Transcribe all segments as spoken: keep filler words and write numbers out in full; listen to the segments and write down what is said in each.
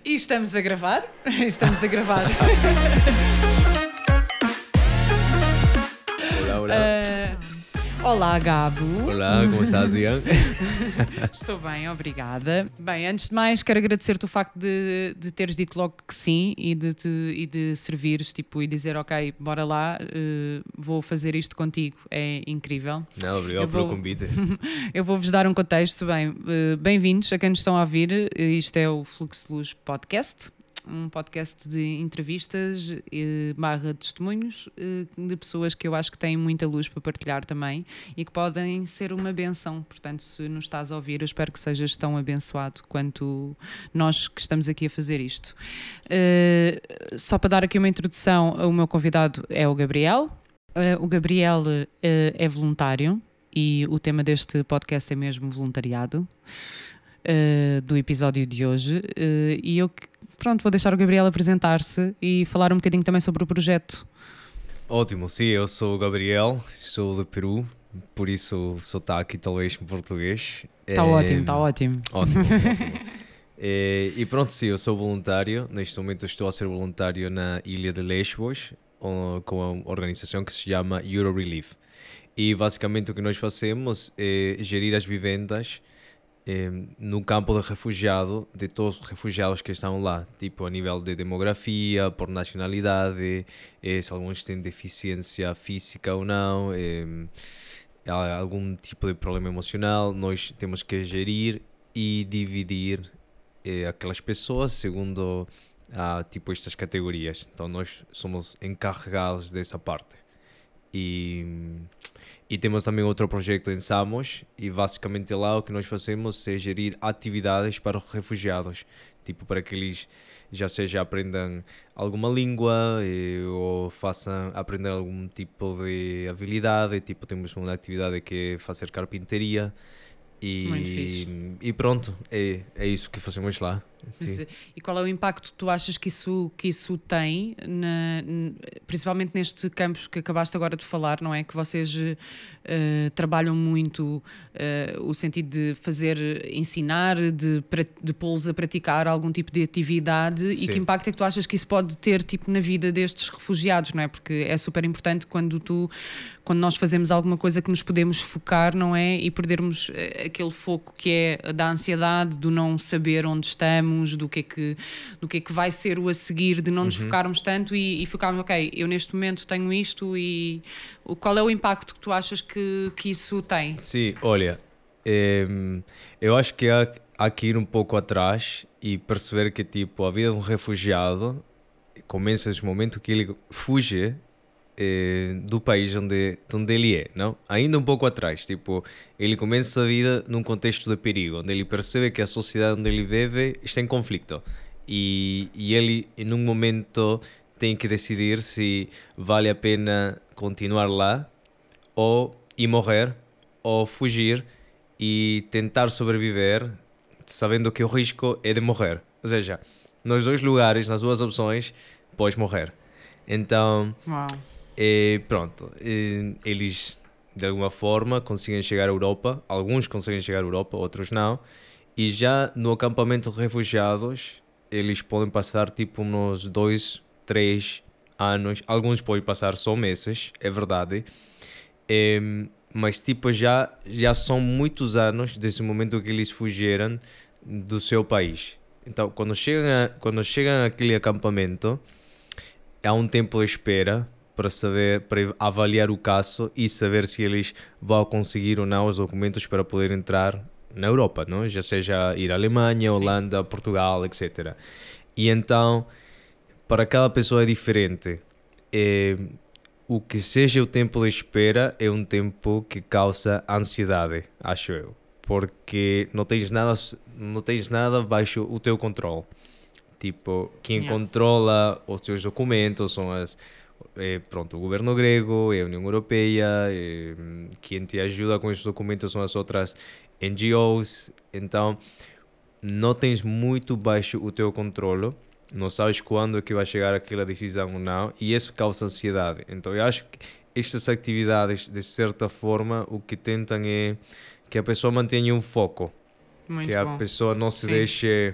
E estamos a gravar? Estamos a gravar. Olá, olá. Uh, olá, Gabo. Olá, como estás, Ian? Estou bem, obrigada. Bem, antes de mais, quero agradecer-te o facto de, de teres dito logo que sim e de, te, e de servires tipo, e dizer, ok, bora lá, uh, vou fazer isto contigo. É incrível. Não, obrigado vou, pelo convite. Eu vou-vos dar um contexto. Bem, uh, bem-vindos a quem nos estão a ouvir. Isto é o Fluxo de Luz Podcast. Um podcast de entrevistas eh, barra testemunhos eh, de pessoas que eu acho que têm muita luz para partilhar também e que podem ser uma benção. Portanto, se nos estás a ouvir, eu espero que sejas tão abençoado quanto nós que estamos aqui a fazer isto. Eh, só para dar aqui uma introdução, o meu convidado é o Gabriel. Eh, o Gabriel eh, é voluntário e o tema deste podcast é mesmo voluntariado. Uh, do episódio de hoje uh, e eu pronto, vou deixar o Gabriel apresentar-se e falar um bocadinho também sobre o projeto. Ótimo, sim, eu sou o Gabriel, sou do Peru, por isso sotaque talvez em português. Está é... ótimo, está ótimo. Ótimo, ótimo. É, e pronto, sim, eu sou voluntário, neste momento estou a ser voluntário na ilha de Lesbos, com uma organização que se chama Euro Relief. E basicamente o que nós fazemos é gerir as vivendas Eh, no campo de refugiado, de todos os refugiados que estão lá, tipo a nível de demografia, por nacionalidade, eh, se alguns têm deficiência física ou não, eh, algum tipo de problema emocional, nós temos que gerir e dividir eh, aquelas pessoas segundo ah, tipo estas categorias. Então nós somos encarregados dessa parte. E, e temos também outro projeto em Samos e basicamente lá o que nós fazemos é gerir atividades para os refugiados, tipo para que eles já seja aprendam alguma língua e, ou façam aprender algum tipo de habilidade, tipo temos uma atividade que é fazer carpintaria e, e pronto, é, é isso que fazemos lá. Sim. E qual é o impacto que tu achas que isso, que isso tem, na, principalmente neste campo que acabaste agora de falar, não é? Que vocês uh, trabalham muito uh, o sentido de fazer, ensinar, de, de pô-los a praticar algum tipo de atividade. Sim. E que impacto é que tu achas que isso pode ter tipo, na vida destes refugiados, não é? Porque é super importante quando, tu, quando nós fazemos alguma coisa que nos podemos focar, não é? E perdermos aquele foco que é da ansiedade, do não saber onde estamos, do que é que, do que é que vai ser o a seguir, de não nos uhum. focarmos tanto e, e focarmos, ok, eu neste momento tenho isto e qual é o impacto que tu achas que, que isso tem? Sim, olha, é, eu acho que há, há que ir um pouco atrás e perceber que tipo, a vida de um refugiado começa nesse momento que ele fuge Eh, do país onde, onde ele é, não? Ainda um pouco atrás, tipo, ele começa a vida num contexto de perigo, onde ele percebe que a sociedade onde ele vive está em conflito e, e ele, em um momento, tem que decidir se vale a pena continuar lá ou ir morrer ou fugir e tentar sobreviver sabendo que o risco é de morrer. Ou seja, nos dois lugares, nas duas opções, podes morrer. Então... Uau. E pronto, e eles de alguma forma conseguem chegar à Europa, alguns conseguem chegar à Europa, outros não, e já no acampamento de refugiados eles podem passar tipo uns dois, três anos, alguns podem passar só meses, é verdade, e, mas tipo já, já são muitos anos desde o momento que eles fugiram do seu país. Então quando chegam, a, quando chegam àquele acampamento há um tempo de espera para saber, para avaliar o caso e saber se eles vão conseguir ou não os documentos para poder entrar na Europa, não? Já seja ir à Alemanha, Sim. Holanda, Portugal, etcétera. E então, para cada pessoa é diferente. É, o que seja o tempo de espera é um tempo que causa ansiedade, acho eu. Porque não tens nada, não tens nada baixo o teu controle. Tipo, quem yeah. controla os teus documentos são as... É, pronto, o governo grego, é a União Europeia, é, quem te ajuda com esses documentos são as outras N G Os, então não tens muito baixo o teu controle, não sabes quando é que vai chegar aquela decisão ou não, e isso causa ansiedade. Então eu acho que estas atividades, de certa forma, o que tentam é que a pessoa mantenha um foco, Muito que a bom. pessoa não se Sim. deixe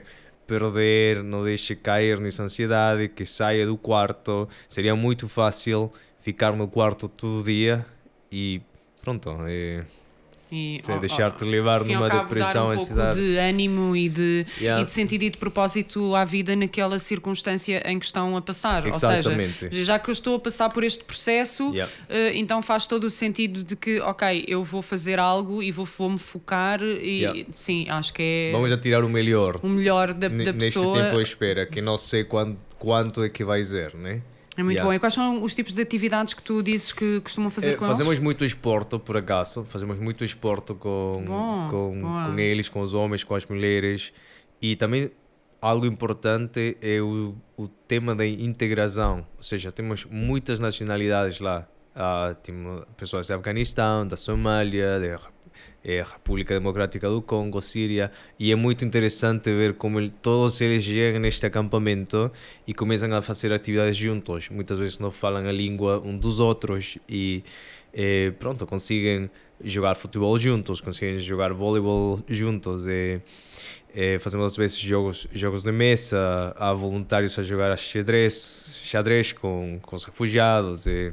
perder, não deixe cair nessa ansiedade, que saia do quarto. Seria muito fácil ficar no quarto todo dia e pronto, é, E, sei, oh, deixar-te oh, levar enfim, ao numa cabo, depressão, dar um pouco ansiedade. de ânimo e de, Yeah. e de sentido e de propósito à vida naquela circunstância em que estão a passar. Exatamente. Ou seja, já que eu estou a passar por este processo, Yeah. uh, então faz todo o sentido de que, ok, eu vou fazer algo e vou, vou-me focar e Yeah. sim, acho que é Vamos a tirar o melhor o melhor da, n- da neste pessoa. tempo à espera, que não sei quando, quanto é que vai ser, né? É muito Yeah. bom. E quais são os tipos de atividades que tu dizes que costumam fazer É, com fazemos eles? muito esporte, por acaso. Fazemos muito esporte com, Bom, com, boa. com eles, com os homens, com as mulheres. E também algo importante é o, o tema da integração. Ou seja, temos muitas nacionalidades lá. Ah, temos pessoas do Afeganistão, da Somália, da é, República Democrática do Congo, Síria. E é muito interessante ver como ele, todos eles chegam neste acampamento e começam a fazer atividades juntos. Muitas vezes não falam a língua um dos outros e é, pronto, conseguem jogar futebol juntos, conseguem jogar voleibol juntos. É, é, fazemos às vezes jogos, jogos de mesa, há voluntários a jogar xadrez, xadrez com, com os refugiados, é,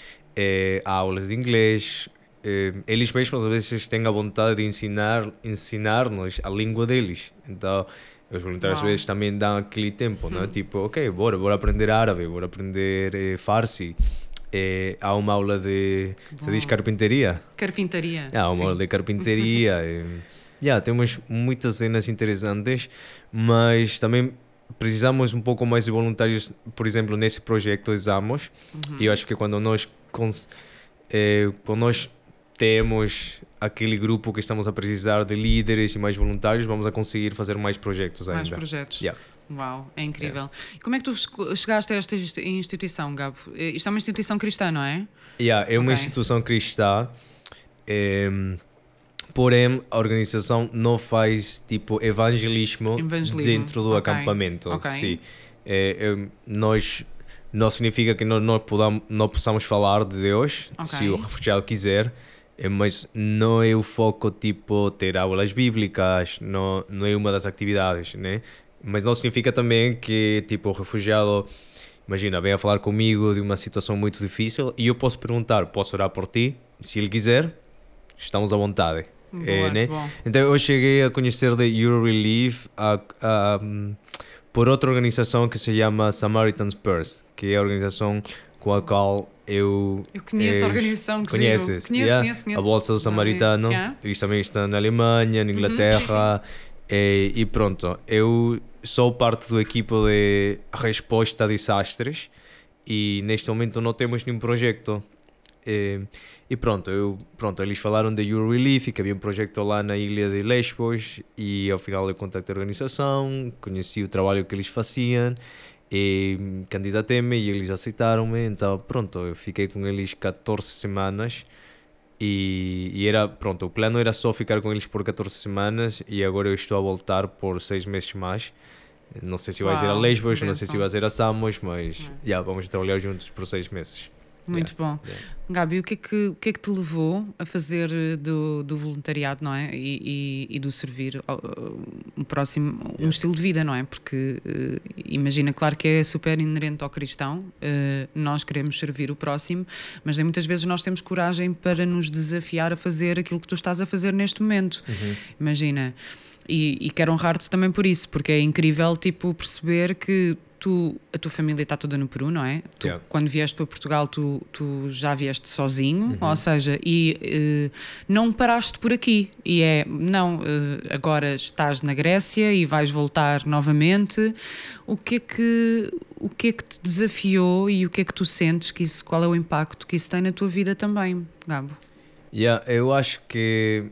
é, há aulas de inglês. É, eles mesmos às vezes têm a vontade de ensinar, ensinar-nos a língua deles. Então os voluntários às Uau. vezes também dão aquele tempo, Hum. não é? Tipo, ok, bora, bora aprender árabe, bora aprender eh, farsi. É, há uma aula de, se diz carpintaria? Carpintaria. Há uma sim. aula de carpintaria. é, yeah, temos muitas cenas interessantes, mas também precisamos um pouco mais de voluntários, por exemplo, nesse projeto Examos. Uhum. E eu acho que quando nós, cons- eh, quando nós temos aquele grupo que estamos a precisar de líderes e mais voluntários, vamos a conseguir fazer mais projetos ainda. Mais projetos. Yeah. Uau, é incrível. E como é que tu che- chegaste a esta insti- instituição, Gabo? Eh, Isto é uma instituição cristã, não é? Yeah, é uma Ok. instituição cristã, em, porém a organização não faz tipo evangelismo, Evangelismo, dentro do ok, acampamento. ok. Sim. É, é, nós não significa que nós não, podamos, não possamos falar de Deus, Ok. se o refugiado quiser, é, mas não é o foco tipo ter aulas bíblicas, não, não é uma das atividades, né? Mas não significa também que tipo o refugiado, imagina, vem a falar comigo de uma situação muito difícil e eu posso perguntar, posso orar por ti? Se ele quiser, estamos à vontade. Boa, É, né? bom. Então eu cheguei a conhecer da Eurorelief a, a, um, por outra organização que se chama Samaritan's Purse, que é a organização com a qual eu... Eu conheço eh, a organização, que Conheces? giro. Conheço, Yeah. conheço, conheço. A Bolsa do Samaritano. Yeah. Eles também estão na Alemanha, na Inglaterra. eh, e pronto, eu sou parte do equipo de resposta a desastres e neste momento não temos nenhum projeto. Eh, e pronto, eu, pronto, eles falaram da Eurorelief, que havia um projeto lá na ilha de Lesbos e ao final eu contactei a organização, conheci o trabalho que eles faziam e candidatei-me e eles aceitaram-me, então pronto, eu fiquei com eles catorze semanas e, e era, pronto, o plano era só ficar com eles por catorze semanas e agora eu estou a voltar por seis meses mais. Não sei se vai ser a Uau, Lesbos, que não sei se bênção. vai ser a Samos, mas já vamos trabalhar juntos por seis meses. Muito bom. Yeah. Gabi, o que, é que, o que é que te levou a fazer eh, do, do voluntariado, não é? E, e, e do servir ao- ao- um próximo, um estilo de vida, não é? Porque eh, imagina, claro que é super inerente ao cristão, eh, nós queremos servir o próximo, mas nem muitas vezes nós temos coragem para nos desafiar a fazer aquilo que tu estás a fazer neste momento. Imagina. E, e quero honrar-te também por isso, porque é incrível tipo, perceber que tu, a tua família está toda no Peru, não é? Tu, Yeah. quando vieste para Portugal, tu, tu já vieste sozinho, ou seja, e eh, não paraste por aqui. E é, não, eh, agora estás na Grécia e vais voltar novamente. O que é que, o que é que te desafiou e o que é que tu sentes que isso, qual é o impacto que isso tem na tua vida também, Gabo? Yeah, eu acho que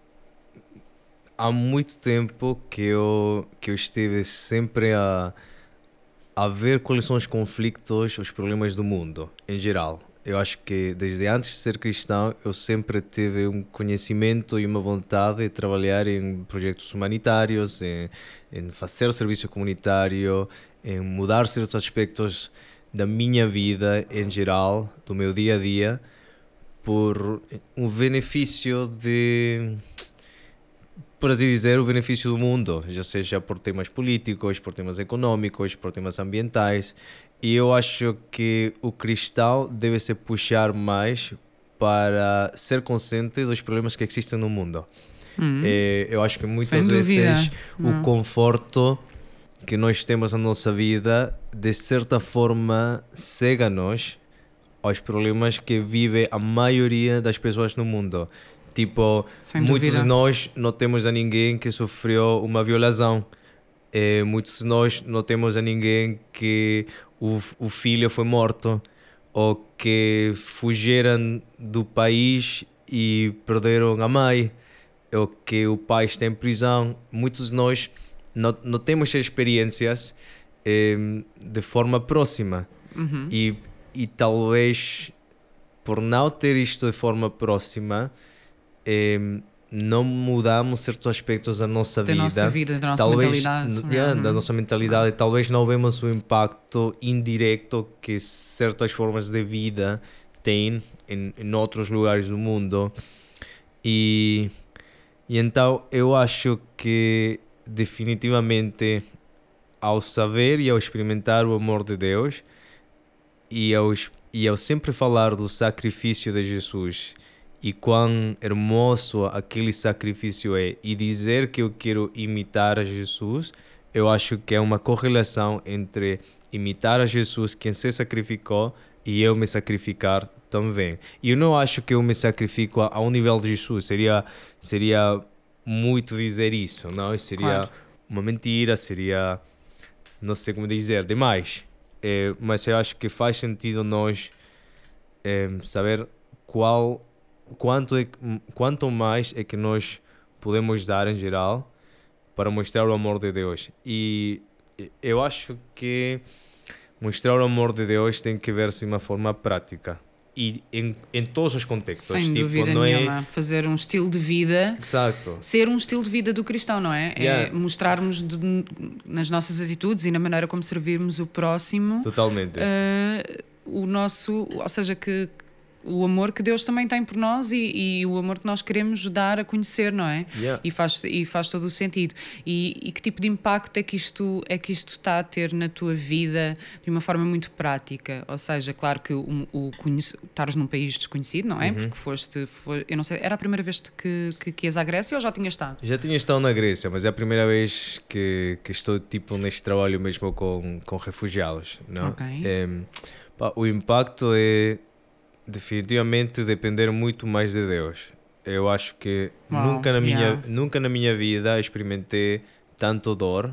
há muito tempo que eu, que eu estive sempre a, a ver quais são os conflitos, os problemas do mundo, em geral. Eu acho que desde antes de ser cristão, eu sempre tive um conhecimento e uma vontade de trabalhar em projetos humanitários, em, em fazer serviço comunitário, em mudar certos aspectos da minha vida em geral, do meu dia a dia, por um benefício de por assim dizer, o benefício do mundo, já seja por temas políticos, por temas económicos, por temas ambientais. E eu acho que o cristão deve se puxar mais para ser consciente dos problemas que existem no mundo. Hum. É, eu acho que muitas Sem dúvida. vezes Hum. o conforto que nós temos na nossa vida, de certa forma, cega-nos aos problemas que vive a maioria das pessoas no mundo. Tipo, Sem muitos dúvida. de nós não temos a ninguém que sofreu uma violação. É, muitos de nós não temos a ninguém que o, o filho foi morto ou que fugiram do país e perderam a mãe ou que o pai está em prisão. Muitos de nós não, não temos essas experiências eh, de forma próxima. Uhum. E, e talvez por não ter isto de forma próxima, eh, não mudamos certos aspectos da nossa Da vida. nossa vida, da nossa talvez, mentalidade. n- yeah, Uhum. da nossa mentalidade. E talvez não vemos o impacto indireto que certas formas de vida têm em, em outros lugares do mundo. E, e então eu acho que definitivamente, ao saber e ao experimentar o amor de Deus e ao, es- e ao sempre falar do sacrifício de Jesus e quão hermoso aquele sacrifício é, e dizer que eu quero imitar a Jesus, eu acho que é uma correlação entre imitar a Jesus, quem se sacrificou, e eu me sacrificar também. E eu não acho que eu me sacrifico a- ao nível de Jesus, seria, seria muito dizer isso, não? Seria Claro. uma mentira, seria, não sei como dizer, demais. É, mas eu acho que faz sentido nós é, saber qual, quanto, é, que- quanto mais é que nós podemos dar em geral para mostrar o amor de Deus. E eu acho que mostrar o amor de Deus tem que ver-se de uma forma prática. E em, em todos os contextos. Sem tipo, dúvida não nenhuma. É... Fazer um estilo de vida. Exato. Ser um estilo de vida do cristão, não é? Yeah. É mostrarmos de- nas nossas atitudes e na maneira como servirmos o próximo Totalmente. eh, o nosso, ou seja, que o amor que Deus também tem por nós e, e o amor que nós queremos dar a conhecer, não é? Yeah. E faz, e faz todo o sentido. E, e que tipo de impacto é que isto é que isto está a ter na tua vida de uma forma muito prática? Ou seja, claro que o, o conhece, estares num país desconhecido, não é? Uhum. Porque foste, foi, eu não sei, era a primeira vez que, que, que ias à Grécia ou já tinhas estado? Já tinha estado na Grécia, mas é a primeira vez que, que estou tipo neste trabalho mesmo com, com refugiados, não? Ok. É, pá, o impacto é definitivamente depender muito mais de Deus. Eu acho que Uau, nunca, na minha, yeah. nunca na minha vida experimentei tanto dor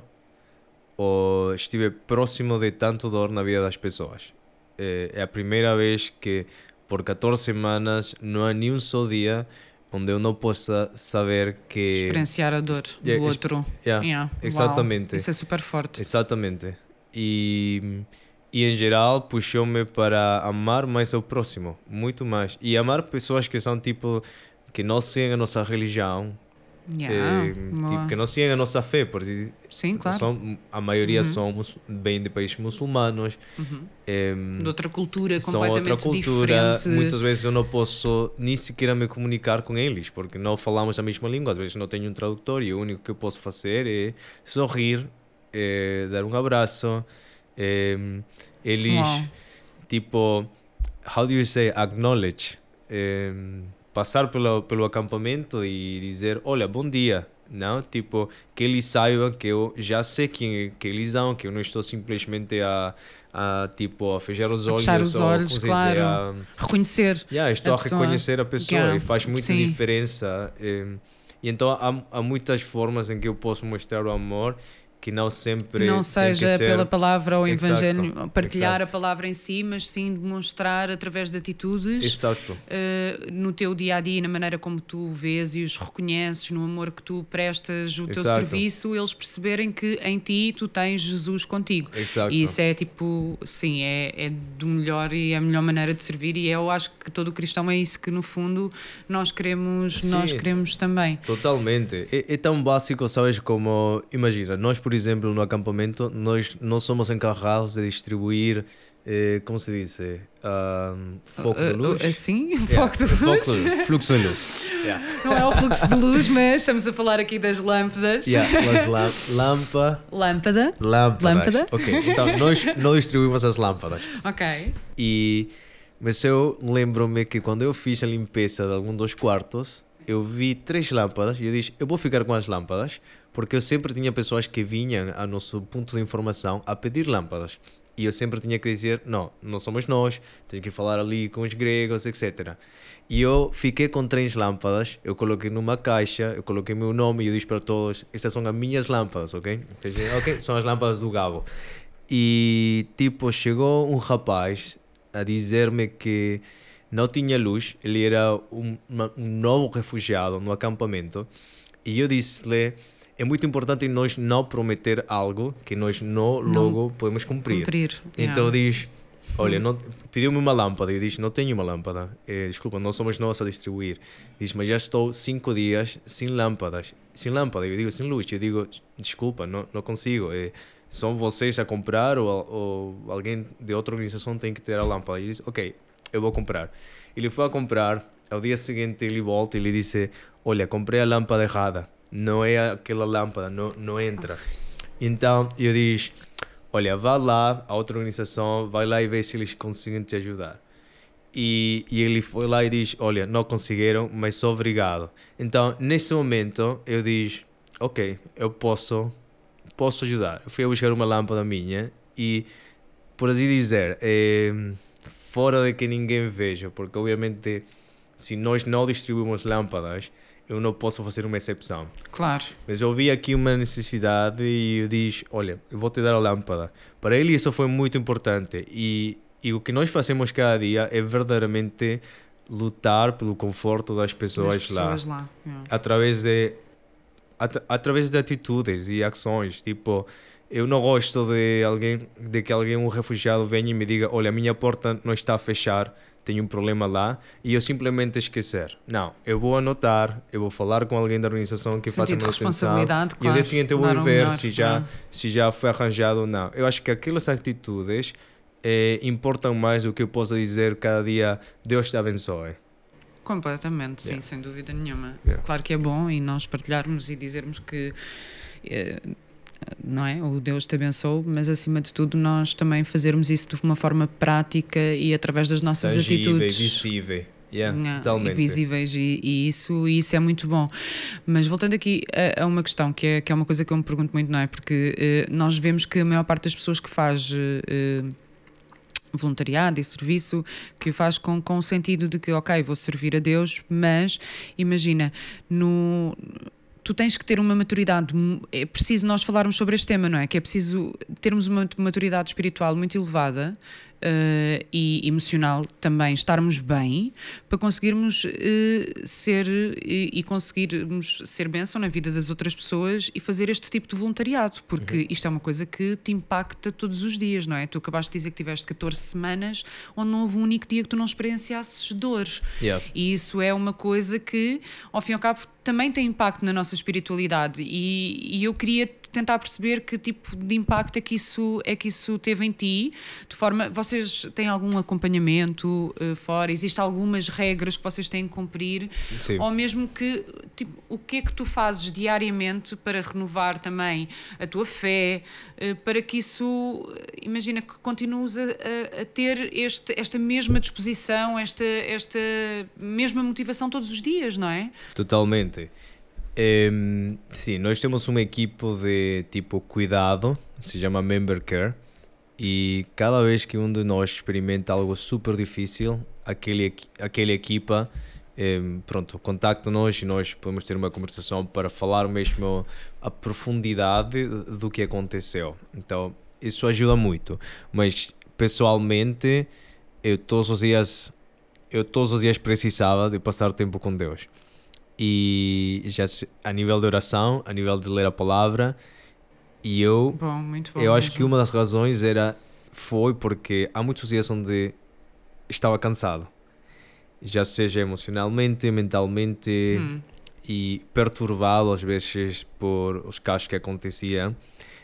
ou estive próximo de tanto dor na vida das pessoas. É, é a primeira vez que por catorze semanas não há nenhum só dia onde eu não possa saber que... Experienciar a dor Yeah, do exp- outro. yeah, Yeah. exatamente. Uau, isso é super forte. Exatamente. E, e em geral puxou-me para amar mais ao próximo, muito mais. E amar pessoas que são tipo, que não seguem a nossa religião, Yeah. eh, Boa. tipo, que não seguem a nossa fé, porque Sim, claro. são, a maioria Uhum. são mus- bem de países muçulmanos. Uhum. eh, De outra cultura são outra completamente cultura. diferente. Muitas vezes eu não posso nem sequer me comunicar com eles, porque não falamos a mesma língua. Às vezes não tenho um tradutor e o único que eu posso fazer é sorrir, é dar um abraço. É, eles, Uau. tipo, how do you say, acknowledge? É, passar pelo, pelo acampamento e dizer, olha, bom dia. Não, tipo, que eles saibam que eu já sei quem que eles são, que eu não estou simplesmente a, a tipo, a fechar os A olhos. fechar os ou, olhos, como se diz, claro. a- Reconhecer. Yeah, estou a a, pessoa. reconhecer a pessoa Yeah, e faz muita sim. diferença. eh, E então há, há muitas formas em que eu posso mostrar o amor que não sempre Que não tem seja que ser... pela palavra ou Exato, evangelho, partilhar exato. a palavra em si, mas sim demonstrar através de atitudes Exato. eh, no teu dia a dia, na maneira como tu vês e os reconheces, no amor que tu prestas o teu Exato. serviço, eles perceberem que em ti tu tens Jesus contigo. Exato. E isso é tipo, sim, é, é do melhor e é a melhor maneira de servir, e eu acho que todo cristão é isso que no fundo nós queremos, Sim. nós queremos também. Totalmente. É, é tão básico, sabes, como... Imagina, nós, por exemplo, no acampamento, nós não somos encarregados de distribuir eh, como se diz? Um, foco de luz? Assim? Yeah. Foco de luz? Foco de luz. Fluxo de luz. Yeah. Não é o fluxo de luz, mas estamos a falar aqui das lâmpadas. Yeah, as lá- lampa... Lâmpada. Lâmpadas. Lâmpada. Ok, então nós não distribuímos as lâmpadas. Ok. E, mas eu lembro-me que quando eu fiz a limpeza de algum dos quartos, eu vi três lâmpadas e eu disse, eu vou ficar com as lâmpadas, porque eu sempre tinha pessoas que vinham ao nosso ponto de informação a pedir lâmpadas. E eu sempre tinha que dizer, não, não somos nós, tens que falar ali com os gregos, etcétera. E eu fiquei com três lâmpadas, eu coloquei numa caixa, eu coloquei meu nome e eu disse para todos, estas são as minhas lâmpadas, ok? Então, ok, são as lâmpadas do Gabo. E tipo, chegou um rapaz a dizer-me que não tinha luz, ele era um, uma, um novo refugiado no acampamento, e eu disse-lhe, é muito importante nós não prometer algo que nós não logo não podemos cumprir. cumprir. Então Yeah. diz, olha, não, pediu-me uma lâmpada, eu disse, não tenho uma lâmpada, eh, desculpa, não somos nós a distribuir. Diz, mas já estou cinco dias sem lâmpadas, sem lâmpada, eu digo, sem luz, eu digo, desculpa, não, não consigo, eh, são vocês a comprar ou, ou alguém de outra organização tem que ter a lâmpada. E ele disse, ok, eu vou comprar. Ele foi a comprar, ao dia seguinte ele volta e ele disse, olha, comprei a lâmpada errada, não é aquela lâmpada, não, não entra. Então eu disse, olha, vá lá a outra organização, vai lá e vê se eles conseguem te ajudar. E, e ele foi lá e disse, olha, não conseguiram, mas sou obrigado. Então nesse momento eu disse, ok, eu posso... posso ajudar. Eu fui a buscar uma lâmpada minha e, por assim dizer, é, fora de que ninguém veja, porque obviamente se nós não distribuímos lâmpadas, eu não posso fazer uma exceção. Claro. Mas eu vi aqui uma necessidade e eu disse, olha, eu vou te dar a lâmpada. Para ele isso foi muito importante e, e o que nós fazemos cada dia é verdadeiramente lutar pelo conforto das pessoas, das pessoas lá, lá. Yeah. através de At- através de atitudes e ações. Tipo, eu não gosto de alguém, de que alguém, um refugiado, venha e me diga, olha, a minha porta não está a fechar, tenho um problema lá, e eu simplesmente esquecer. Não, eu vou anotar, eu vou falar com alguém da organização que faça a Sentido de manutenção, responsabilidade, e claro, no dia seguinte eu vou dar o ver melhor, se já, é. se já foi arranjado ou não. Eu acho que aquelas atitudes eh, importam mais do que eu possa dizer cada dia, Deus te abençoe. Completamente, sim, Yeah. sem dúvida nenhuma. Yeah. Claro que é bom e nós partilharmos e dizermos que eh, não é? O Deus te abençoe, mas acima de tudo nós também fazermos isso de uma forma prática e através das nossas Tangível, atitudes. visível. Yeah, Yeah, totalmente. e visíveis e, e isso, e isso é muito bom. Mas voltando aqui a, a uma questão que é, que é uma coisa que eu me pergunto muito, não é? Porque eh, nós vemos que a maior parte das pessoas que faz eh, voluntariado e serviço, que o faz com, com o sentido de que, ok, vou servir a Deus, mas imagina, no... tu tens que ter uma maturidade, é preciso nós falarmos sobre este tema, não é? Que é preciso termos uma maturidade espiritual muito elevada uh, e emocional também, estarmos bem para conseguirmos uh, ser e, e conseguirmos ser bênção na vida das outras pessoas e fazer este tipo de voluntariado, porque uhum. isto é uma coisa que te impacta todos os dias, não é? Tu acabaste de dizer que tiveste catorze semanas onde não houve um único dia que tu não experienciasses dor. Yeah. E isso é uma coisa que, ao fim e ao cabo, também tem impacto na nossa espiritualidade e, e eu queria tentar perceber que tipo de impacto é que isso, é que isso teve em ti, de forma, vocês têm algum acompanhamento uh, fora, existem algumas regras que vocês têm que cumprir, Sim. ou mesmo que, tipo, o que é que tu fazes diariamente para renovar também a tua fé, uh, para que isso, imagina que continues a, a, a ter este, esta mesma disposição, esta, esta mesma motivação todos os dias, não é? Totalmente. Um, sim, nós temos uma equipe de tipo cuidado, se chama Member Care, e cada vez que um de nós experimenta algo super difícil, aquele, aquela equipa um, pronto, contacta-nos e nós podemos ter uma conversação para falar mesmo a profundidade do que aconteceu. Então isso ajuda muito, mas pessoalmente eu todos os dias eu todos os dias precisava de passar tempo com Deus. E já a nível de oração, a nível de ler a palavra, e eu bom, muito bom eu mesmo. acho que uma das razões era foi porque há muitos dias onde estava cansado, já seja emocionalmente, mentalmente, hum. e perturbado às vezes por os casos que aconteciam.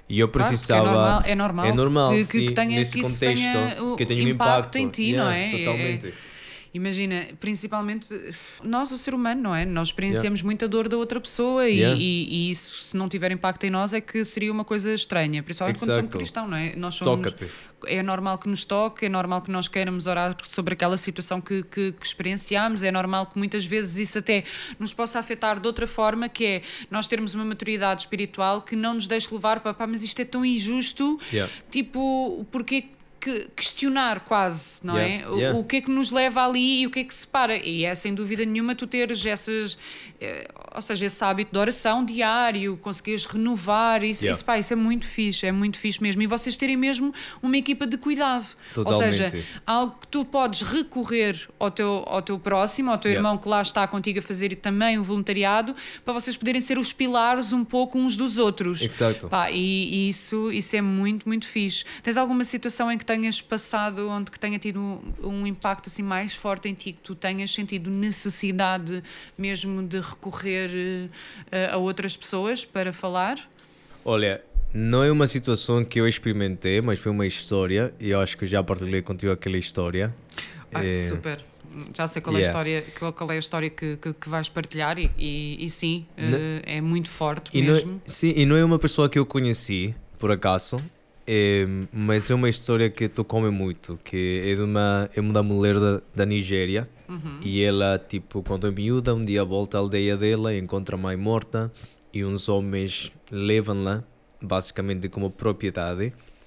E eu Claro, precisava... é normal, é normal, é normal que, sim, que, tenha, nesse que isso contexto, tenha que tenha um impacto impacto em ti, yeah, não é? Totalmente. É, imagina, principalmente nós, o ser humano, não é? Nós experienciamos yeah. muita dor da outra pessoa e, yeah. e, e isso, se não tiver impacto em nós, é que seria uma coisa estranha, principalmente Exacto. quando somos cristãos, não é? Nós somos, Toca-te. É normal que nos toque, é normal que nós queiramos orar sobre aquela situação que, que, que experienciamos, é normal que muitas vezes isso até nos possa afetar de outra forma, que é nós termos uma maturidade espiritual que não nos deixe levar para, pá, mas isto é tão injusto, yeah. tipo, porque que questionar quase, não yeah, é? O, yeah. o que é que nos leva ali e o que é que separa. E é sem dúvida nenhuma tu teres essas, eh, ou seja, esse hábito de oração diário, conseguires renovar, isso, yeah. isso, pá, isso é muito fixe, é muito fixe mesmo. E vocês terem mesmo uma equipa de cuidado. Totalmente. Ou seja, algo que tu podes recorrer ao teu, ao teu próximo, ao teu yeah. irmão que lá está contigo a fazer e também o voluntariado, para vocês poderem ser os pilares um pouco uns dos outros. Exato. Pá, e, e isso, isso é muito, muito fixe. Tens alguma situação em que tenhas passado, onde que tenha tido um, um impacto assim mais forte em ti, que tu tenhas sentido necessidade mesmo de recorrer uh, a outras pessoas para falar? Olha, não é uma situação que eu experimentei, mas foi uma história e eu acho que já partilhei contigo aquela história. Ah, é... super. Já sei qual é, yeah. a, história, qual é a história que, que, que vais partilhar e, e, e sim, não, uh, é muito forte e mesmo. Não, sim, e não é uma pessoa que eu conheci, por acaso. É, mas é uma história que tocou-me muito, que é de uma, é uma mulher da, da Nigéria uhum. e ela, tipo, quando é miúda, um dia volta à aldeia dela e encontra a mãe morta e uns homens levam-la basicamente como propriedade.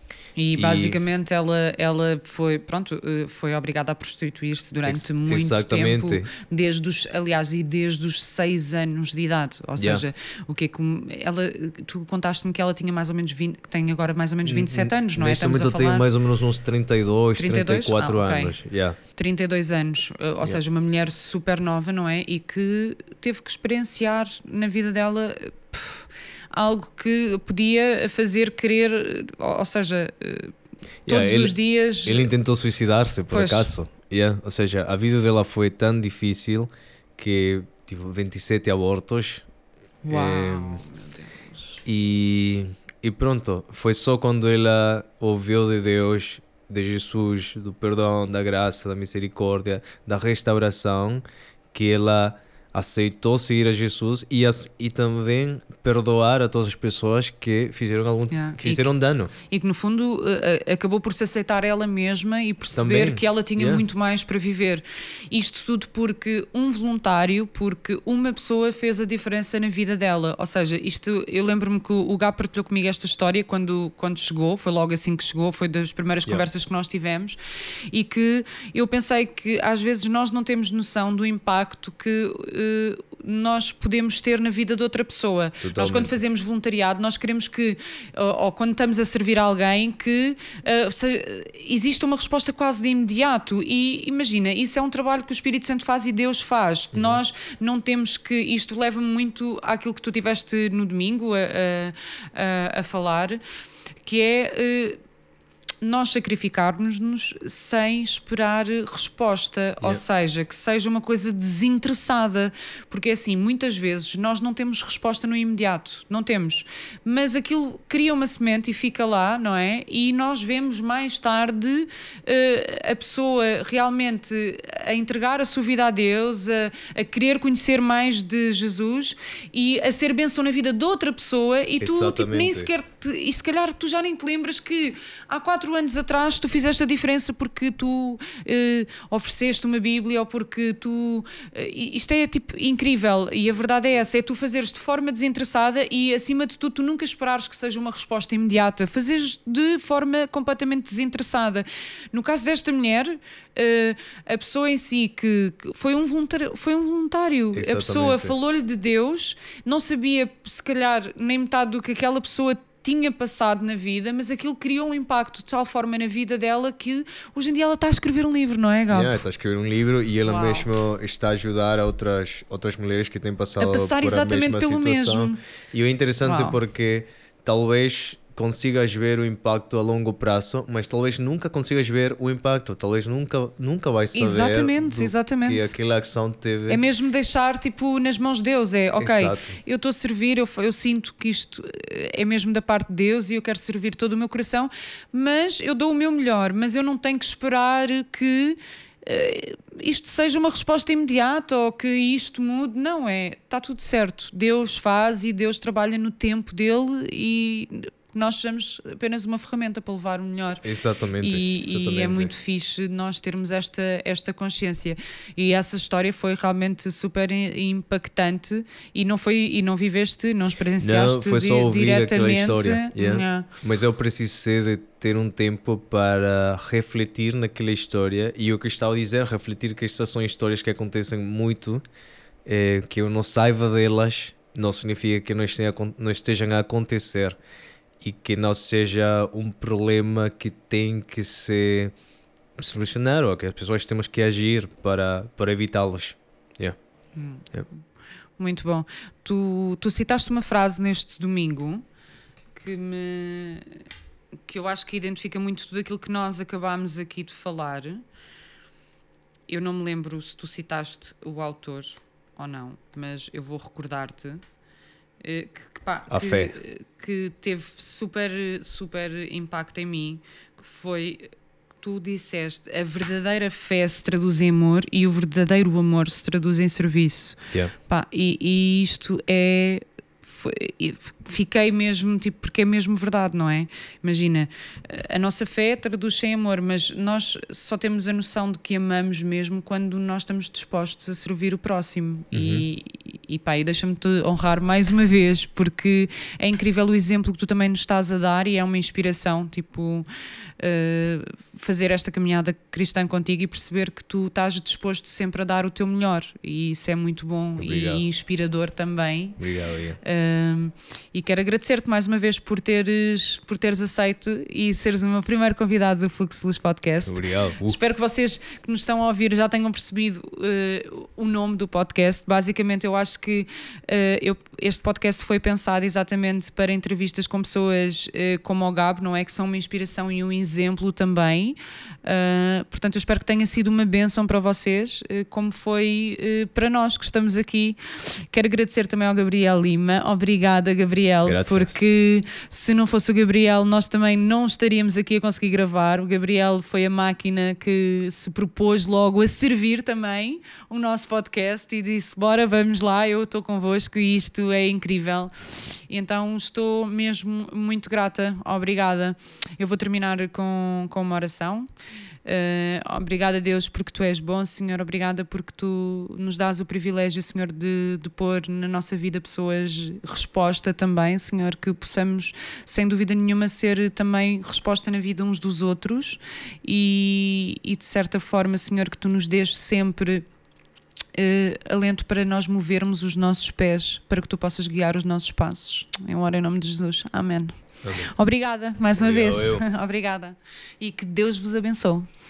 E basicamente e... ela, ela foi, pronto, foi obrigada a prostituir-se durante Ex- muito exatamente. tempo, desde os, aliás, e desde os seis anos de idade. Ou yeah. seja, o que é que ela, tu contaste-me que ela tinha mais ou menos vinte, que tem agora mais ou menos vinte e sete anos, não é? Neste momento eu tenho mais ou menos uns trinta e dois, trinta e dois? trinta e quatro ah, okay. anos. Yeah. trinta e dois anos, ou yeah. seja, uma mulher super nova, não é? E que teve que experienciar na vida dela pff, algo que podia fazer querer, ou seja, todos yeah, ele, os dias... Ele tentou suicidar-se, por pois. acaso. Yeah. Ou seja, a vida dela foi tão difícil que, tipo, vinte e sete abortos. Uau, é, meu Deus. E, e pronto, foi só quando ela ouviu de Deus, de Jesus, do perdão, da graça, da misericórdia, da restauração, que ela aceitou seguir a Jesus e, as, e também perdoar a todas as pessoas que fizeram algum yeah. que fizeram e que, dano. E que no fundo uh, acabou por se aceitar ela mesma e perceber também. que ela tinha yeah. muito mais para viver. Isto tudo porque um voluntário, porque uma pessoa fez a diferença na vida dela. Ou seja, isto, eu lembro-me que o Gá partilhou comigo esta história quando, quando chegou, foi logo assim que chegou, foi das primeiras yeah. conversas que nós tivemos, e que eu pensei que às vezes nós não temos noção do impacto que uh, nós podemos ter na vida de outra pessoa. Totalmente. Nós quando fazemos voluntariado, nós queremos que, ou, ou quando estamos a servir alguém, que uh, se, exista uma resposta quase de imediato. E imagina, isso é um trabalho que o Espírito Santo faz e Deus faz. Uhum. Nós não temos que, isto leva-me muito àquilo que tu tiveste no domingo a, a, a, a falar, que é... Uh, nós sacrificarmos-nos sem esperar resposta, yeah. ou seja, que seja uma coisa desinteressada, porque assim, muitas vezes nós não temos resposta no imediato, não temos, mas aquilo cria uma semente e fica lá, não é? E nós vemos mais tarde uh, a pessoa realmente a entregar a sua vida a Deus, a, a querer conhecer mais de Jesus e a ser bênção na vida de outra pessoa, e tu tipo, nem sequer, te, e se calhar tu já nem te lembras que há quatro anos atrás tu fizeste a diferença porque tu eh, ofereceste uma Bíblia, ou porque tu... Eh, isto é tipo incrível, e a verdade é essa, é tu fazeres de forma desinteressada e acima de tudo tu nunca esperares que seja uma resposta imediata, fazeres de forma completamente desinteressada. No caso desta mulher, eh, a pessoa em si que, que foi um voluntário, foi um voluntário. A pessoa falou-lhe de Deus, não sabia se calhar nem metade do que aquela pessoa tinha passado na vida, mas aquilo criou um impacto de tal forma na vida dela que hoje em dia ela está a escrever um livro, não é, Gabo? Yeah, está a escrever um livro e ela Uau. mesmo está a ajudar a outras, outras mulheres que têm passado a passar por exatamente a mesma pelo situação. Mesmo. E é interessante Uau. porque talvez consigas ver o impacto a longo prazo, mas talvez nunca consigas ver o impacto, talvez nunca, nunca vais saber exatamente, do exatamente. que aquela ação teve. É mesmo deixar tipo nas mãos de Deus, é ok, Exato. eu estou a servir, eu, eu sinto que isto é mesmo da parte de Deus e eu quero servir todo o meu coração, mas eu dou o meu melhor, mas eu não tenho que esperar que uh, isto seja uma resposta imediata ou que isto mude, não é, está tudo certo, Deus faz e Deus trabalha no tempo dele e nós somos apenas uma ferramenta para levar o melhor. Exatamente. E, exatamente. e é muito fixe nós termos esta, esta consciência. E essa história foi realmente super impactante e não, foi, e não viveste, não experienciaste não, foi só ouvir diretamente. Aquela história. Yeah. Yeah. Mas eu preciso de ter um tempo para refletir naquela história e o que estava a dizer, refletir que estas são histórias que acontecem muito, é, que eu não saiba delas, não significa que não estejam, não estejam a acontecer. E que não seja um problema que tem que se solucionar ou que as pessoas temos que agir para, para evitá-los. Yeah. Hum. Yeah. Muito bom. Tu, tu citaste uma frase neste domingo que, me, que eu acho que identifica muito tudo aquilo que nós acabámos aqui de falar. Eu não me lembro se tu citaste o autor ou não, mas eu vou recordar-te. Que, que, pá, a que, fé que teve super, super impacto em mim, que foi que tu disseste, a verdadeira fé se traduz em amor e o verdadeiro amor se traduz em serviço. Yeah. Pá, e, e isto é foi, fiquei mesmo, tipo, porque é mesmo verdade, não é? Imagina, a nossa fé traduz-se em amor, mas nós só temos a noção de que amamos mesmo quando nós estamos dispostos a servir o próximo. Uhum. E, e pá, e deixa-me-te honrar mais uma vez, porque é incrível o exemplo que tu também nos estás a dar e é uma inspiração, tipo, uh, fazer esta caminhada cristã contigo e perceber que tu estás disposto sempre a dar o teu melhor, e isso é muito bom. Obrigado. E inspirador também. Obrigado, uh, e quero agradecer-te mais uma vez por teres, por teres aceito e seres o meu primeiro convidado do Fluxo de Luz Podcast. Obrigado. Uh. Espero que vocês que nos estão a ouvir já tenham percebido uh, o nome do podcast. Basicamente eu acho que uh, eu, este podcast foi pensado exatamente para entrevistas com pessoas uh, como o Gabo, não é? Que são uma inspiração e um exemplo também. Uh, portanto eu espero que tenha sido uma bênção para vocês, uh, como foi uh, para nós que estamos aqui. Quero agradecer também ao Gabriel Lima. Obrigada, Gabriel. Graças. Porque se não fosse o Gabriel nós também não estaríamos aqui a conseguir gravar. O Gabriel foi a máquina que se propôs logo a servir também o nosso podcast e disse, bora, vamos lá, eu estou convosco e isto é incrível. Então estou mesmo muito grata, obrigada. Eu vou terminar com, com uma oração. Uh, obrigada, Deus, porque tu és bom, Senhor. Obrigada porque tu nos dás o privilégio, Senhor, de, de pôr na nossa vida pessoas resposta também, Senhor, que possamos sem dúvida nenhuma ser também resposta na vida uns dos outros e, e de certa forma, Senhor, que tu nos dês sempre uh, alento para nós movermos os nossos pés, para que tu possas guiar os nossos passos. Eu oro em nome de Jesus. Amém. Amém. Obrigada, mais uma Obrigado, vez. Obrigada. E que Deus vos abençoe.